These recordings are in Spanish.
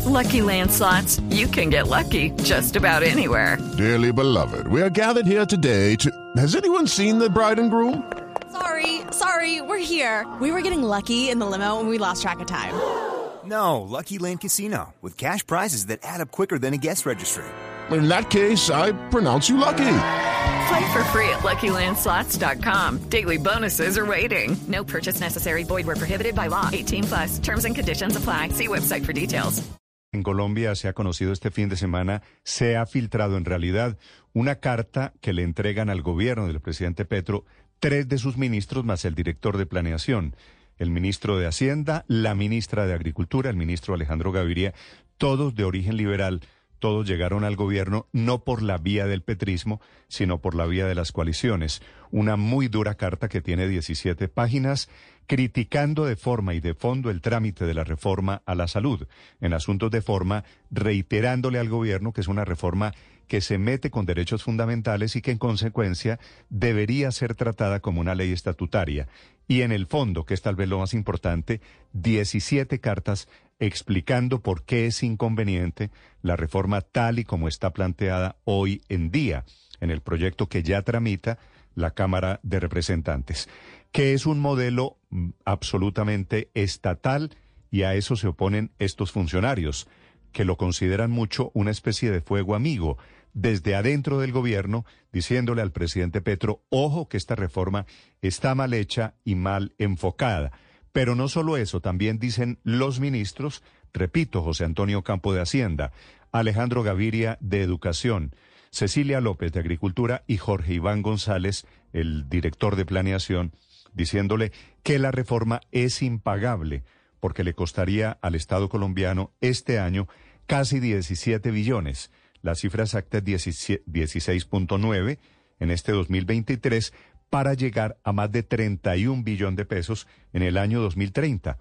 Lucky Land Slots, you can get lucky just about anywhere. Dearly beloved, we are gathered here today to... Has anyone seen the bride and groom? Sorry, we're here. We were getting lucky in the limo and we lost track of time. No, Lucky Land Casino, with cash prizes that add up quicker than a guest registry. In that case, I pronounce you lucky. Play for free at LuckyLandSlots.com. Daily bonuses are waiting. No purchase necessary. Void where prohibited by law. 18+. Terms and conditions apply. See website for details. En Colombia se ha conocido este fin de semana, se ha filtrado en realidad una carta que le entregan al gobierno del presidente Petro 3 de sus ministros más el director de planeación, el ministro de Hacienda, la ministra de Agricultura, el ministro Alejandro Gaviria, todos de origen liberal. Todos llegaron al gobierno no por la vía del petrismo, sino por la vía de las coaliciones. Una muy dura carta que tiene 17 páginas, criticando de forma y de fondo el trámite de la reforma a la salud. En asuntos de forma, reiterándole al gobierno que es una reforma que se mete con derechos fundamentales y que en consecuencia debería ser tratada como una ley estatutaria. Y en el fondo, que es tal vez lo más importante, 17 cartas explicando por qué es inconveniente la reforma tal y como está planteada hoy en día en el proyecto que ya tramita la Cámara de Representantes, que es un modelo absolutamente estatal, y a eso se oponen estos funcionarios, que lo consideran mucho una especie de fuego amigo, desde adentro del gobierno, diciéndole al presidente Petro, ojo que esta reforma está mal hecha y mal enfocada. Pero no solo eso, también dicen los ministros, repito, José Antonio Campo de Hacienda, Alejandro Gaviria de Educación, Cecilia López de Agricultura y Jorge Iván González, el director de Planeación, diciéndole que la reforma es impagable porque le costaría al Estado colombiano este año casi 17 billones. La cifra exacta es 16.9 en este 2023, para llegar a más de 31 billones de pesos en el año 2030.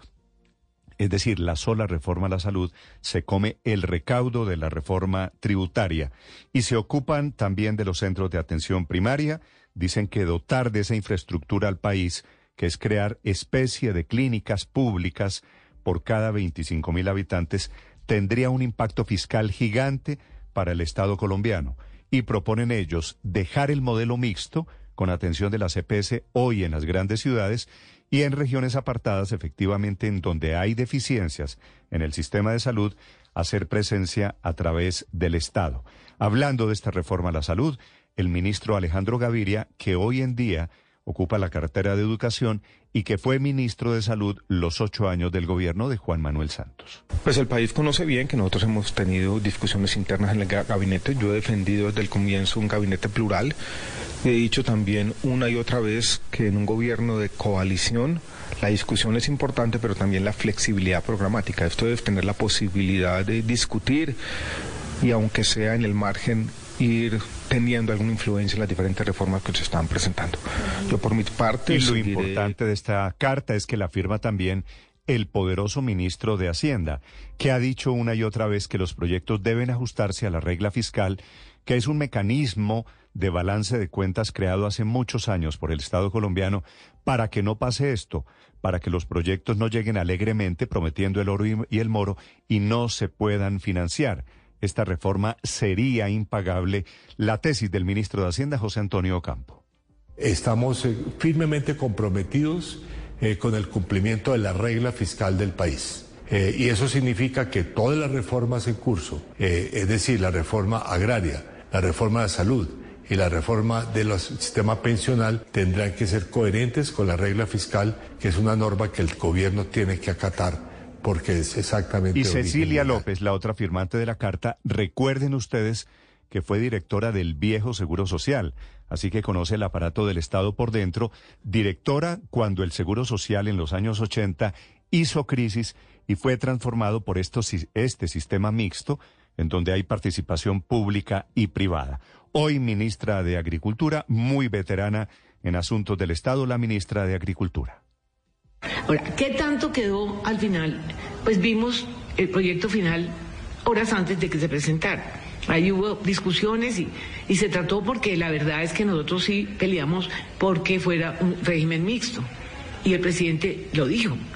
Es decir, la sola reforma a la salud se come el recaudo de la reforma tributaria. Y se ocupan también de los centros de atención primaria. Dicen que dotar de esa infraestructura al país, que es crear especie de clínicas públicas por cada 25.000 habitantes, tendría un impacto fiscal gigante para el Estado colombiano. Y proponen ellos dejar el modelo mixto con atención de las EPS hoy en las grandes ciudades y en regiones apartadas, efectivamente, en donde hay deficiencias en el sistema de salud, hacer presencia a través del Estado. Hablando de esta reforma a la salud, el ministro Alejandro Gaviria, que hoy en día ocupa la cartera de Educación y que fue ministro de Salud los 8 años del gobierno de Juan Manuel Santos. Pues el país conoce bien que nosotros hemos tenido discusiones internas en el gabinete. Yo he defendido desde el comienzo un gabinete plural. He dicho también una y otra vez que en un gobierno de coalición la discusión es importante, pero también la flexibilidad programática. Esto debe tener la posibilidad de discutir y, aunque sea en el margen, ir teniendo alguna influencia en las diferentes reformas que se están presentando. Yo por mi parte... Y lo importante de esta carta es que la firma también el poderoso ministro de Hacienda, que ha dicho una y otra vez que los proyectos deben ajustarse a la regla fiscal, que es un mecanismo de balance de cuentas creado hace muchos años por el Estado colombiano para que no pase esto, para que los proyectos no lleguen alegremente prometiendo el oro y el moro y no se puedan financiar. Esta reforma sería impagable. La tesis del ministro de Hacienda, José Antonio Campo. Estamos firmemente comprometidos con el cumplimiento de la regla fiscal del país. Y eso significa que todas las reformas en curso, es decir, la reforma agraria, la reforma de salud y la reforma del sistema pensional, tendrán que ser coherentes con la regla fiscal, que es una norma que el gobierno tiene que acatar, porque es exactamente... Y Cecilia López, la otra firmante de la carta, recuerden ustedes que fue directora del viejo Seguro Social, así que conoce el aparato del Estado por dentro, directora cuando el Seguro Social en los años 80 hizo crisis y fue transformado por este sistema mixto, en donde hay participación pública y privada. Hoy ministra de Agricultura, muy veterana en asuntos del Estado, la ministra de Agricultura. Ahora, ¿qué tanto quedó al final? Pues vimos el proyecto final horas antes de que se presentara. Ahí hubo discusiones y se trató, porque la verdad es que nosotros sí peleamos porque fuera un régimen mixto. Y el presidente lo dijo.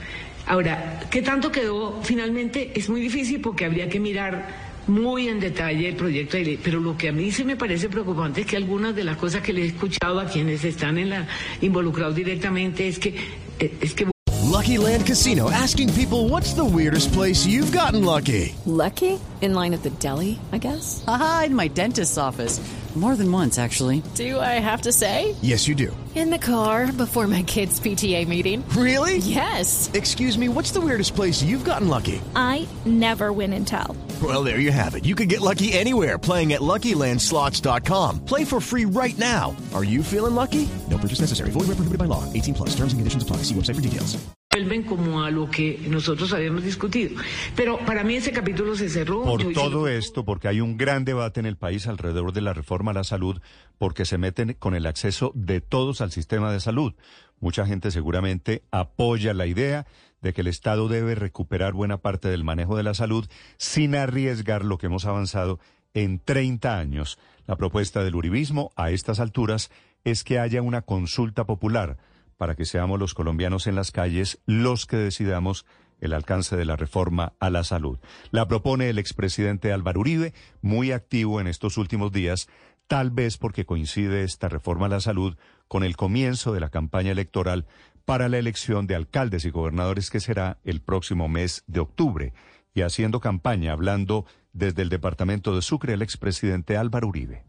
Ahora, ¿qué tanto quedó finalmente? Es muy difícil porque habría que mirar muy en detalle el proyecto de ley, pero lo que a mí sí me parece preocupante es que algunas de las cosas que le he escuchado a quienes están involucrados directamente es que Lucky Land Casino, asking people, what's the weirdest place you've gotten lucky? Lucky? In line at the deli, I guess? Aha, in my dentist's office. More than once, actually. Do I have to say? Yes, you do. In the car before my kids' PTA meeting. Really? Yes. Excuse me, what's the weirdest place you've gotten lucky? I never win and tell. Well, there you have it. You can get lucky anywhere, playing at LuckyLandSlots.com. Play for free right now. Are you feeling lucky? No purchase necessary. Void where prohibited by law. 18+. Terms and conditions apply. See website for details. Vuelven como a lo que nosotros habíamos discutido. Pero para mí ese capítulo se cerró. Por todo esto, porque hay un gran debate en el país alrededor de la reforma a la salud, porque se meten con el acceso de todos al sistema de salud. Mucha gente seguramente apoya la idea de que el Estado debe recuperar buena parte del manejo de la salud sin arriesgar lo que hemos avanzado en 30 años. La propuesta del uribismo a estas alturas es que haya una consulta popular para que seamos los colombianos en las calles los que decidamos el alcance de la reforma a la salud. La propone el expresidente Álvaro Uribe, muy activo en estos últimos días, tal vez porque coincide esta reforma a la salud con el comienzo de la campaña electoral para la elección de alcaldes y gobernadores que será el próximo mes de octubre. Y haciendo campaña, hablando desde el departamento de Sucre, el expresidente Álvaro Uribe.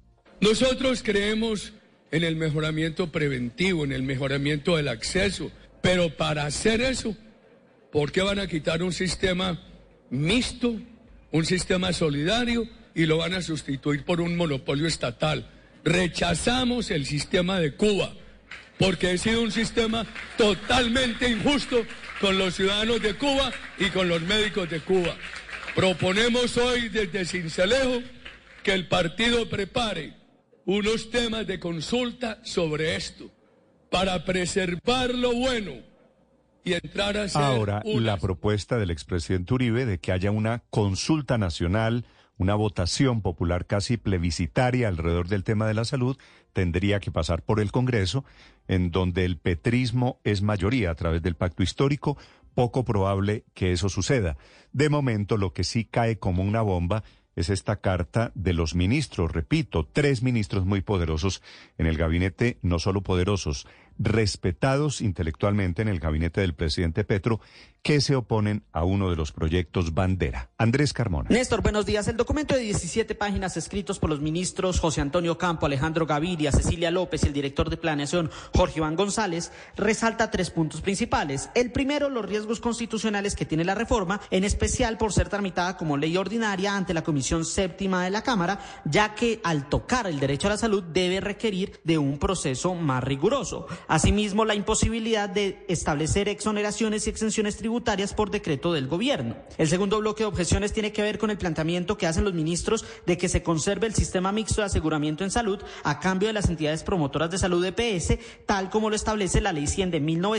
Nosotros creemos en el mejoramiento preventivo, en el mejoramiento del acceso. Pero para hacer eso, ¿por qué van a quitar un sistema mixto, un sistema solidario y lo van a sustituir por un monopolio estatal? Rechazamos el sistema de Cuba, porque ha sido un sistema totalmente injusto con los ciudadanos de Cuba y con los médicos de Cuba. Proponemos hoy desde Sincelejo que el partido prepare unos temas de consulta sobre esto, para preservar lo bueno y entrar a hacer ahora la propuesta del expresidente Uribe de que haya una consulta nacional, una votación popular casi plebiscitaria alrededor del tema de la salud, tendría que pasar por el Congreso, en donde el petrismo es mayoría a través del pacto histórico. Poco probable que eso suceda. De momento, lo que sí cae como una bomba es esta carta de los ministros, repito, 3 ministros muy poderosos en el gabinete, no solo poderosos, respetados intelectualmente en el gabinete del presidente Petro, que se oponen a uno de los proyectos bandera. Andrés Carmona. Néstor, buenos días. El documento de 17 páginas escritos por los ministros José Antonio Campo, Alejandro Gaviria, Cecilia López y el director de planeación Jorge Iván González resalta 3 puntos principales. El primero, los riesgos constitucionales que tiene la reforma, en especial por ser tramitada como ley ordinaria ante la Comisión Séptima de la Cámara, ya que al tocar el derecho a la salud debe requerir de un proceso más riguroso. Asimismo, la imposibilidad de establecer exoneraciones y exenciones tributarias por decreto del gobierno. El segundo bloque de objeciones tiene que ver con el planteamiento que hacen los ministros de que se conserve el sistema mixto de aseguramiento en salud a cambio de las entidades promotoras de salud EPS, tal como lo establece la Ley 100 de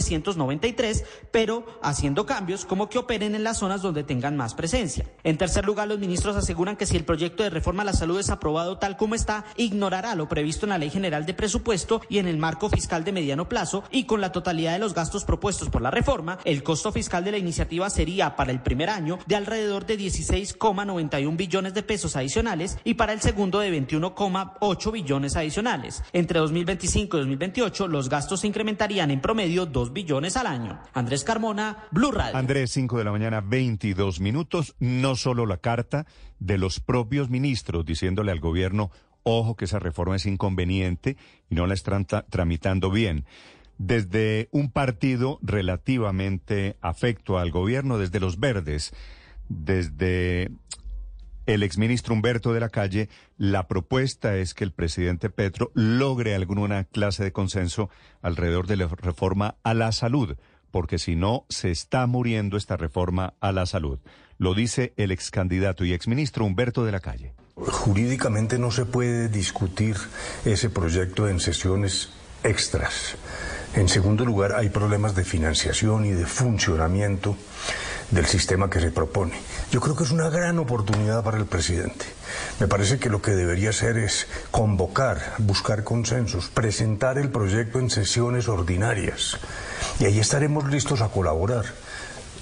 1993, pero haciendo cambios como que operen en las zonas donde tengan más presencia. En tercer lugar, los ministros aseguran que si el proyecto de reforma a la salud es aprobado tal como está, ignorará lo previsto en la Ley General de Presupuesto y en el marco fiscal de mediano plazo, y con la totalidad de los gastos propuestos por la reforma, el costo fiscal de la iniciativa sería para el primer año de alrededor de 16,91 billones de pesos adicionales y para el segundo de 21,8 billones adicionales. Entre 2025 y 2028 los gastos se incrementarían en promedio 2 billones al año. Andrés Carmona, Blue Radio. Andrés, 5 de la mañana, 22 minutos. No solo la carta de los propios ministros diciéndole al gobierno: ojo que esa reforma es inconveniente y no la están tramitando bien. Desde un partido relativamente afecto al gobierno, desde los Verdes, desde el exministro Humberto de la Calle, la propuesta es que el presidente Petro logre alguna clase de consenso alrededor de la reforma a la salud, porque si no, se está muriendo esta reforma a la salud. Lo dice el excandidato y exministro Humberto de la Calle. Jurídicamente no se puede discutir ese proyecto en sesiones extras. En segundo lugar, hay problemas de financiación y de funcionamiento del sistema que se propone. Yo creo que es una gran oportunidad para el presidente. Me parece que lo que debería hacer es convocar, buscar consensos, presentar el proyecto en sesiones ordinarias. Y ahí estaremos listos a colaborar.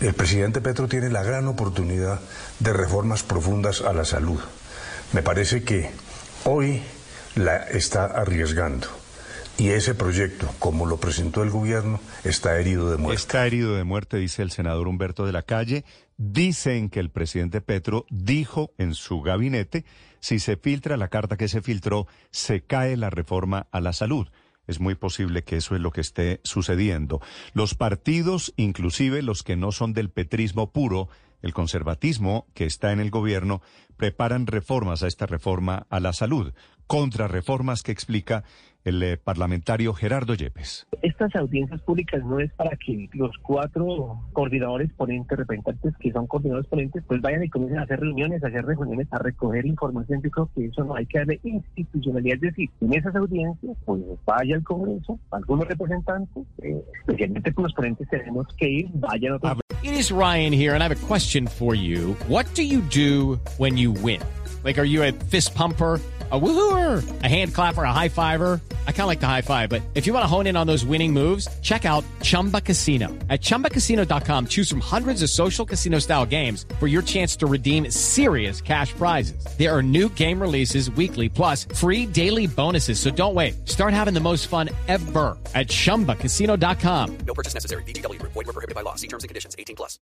El presidente Petro tiene la gran oportunidad de reformas profundas a la salud. Me parece que hoy la está arriesgando. Y ese proyecto, como lo presentó el gobierno, está herido de muerte. Está herido de muerte, dice el senador Humberto de la Calle. Dicen que el presidente Petro dijo en su gabinete, si se filtra la carta que se filtró, se cae la reforma a la salud. Es muy posible que eso es lo que esté sucediendo. Los partidos, inclusive los que no son del petrismo puro, el conservatismo que está en el gobierno, preparan reformas a esta reforma a la salud, contrarreformas que explica el parlamentario Gerardo Yepes. Estas audiencias públicas no es para que los 4 coordinadores ponentes, representantes que son coordinadores ponentes, pues vayan y comiencen a hacer reuniones, a recoger información. Yo creo que eso no hay que darle institucionalidad. Es decir, en esas audiencias, pues vaya al Congreso, algunos representantes, especialmente con los ponentes tenemos que ir, vayan otros. It is Ryan here, and I have a question for you. What do you do when you win? Like, are you a fist pumper, a woohooer, a hand clapper, a high fiver? I kind of like the high five, but if you want to hone in on those winning moves, check out Chumba Casino. At ChumbaCasino.com, choose from hundreds of social casino-style games for your chance to redeem serious cash prizes. There are new game releases weekly, plus free daily bonuses. So don't wait. Start having the most fun ever at ChumbaCasino.com. No purchase necessary. VGW. Void where prohibited by law. See terms and conditions. 18+.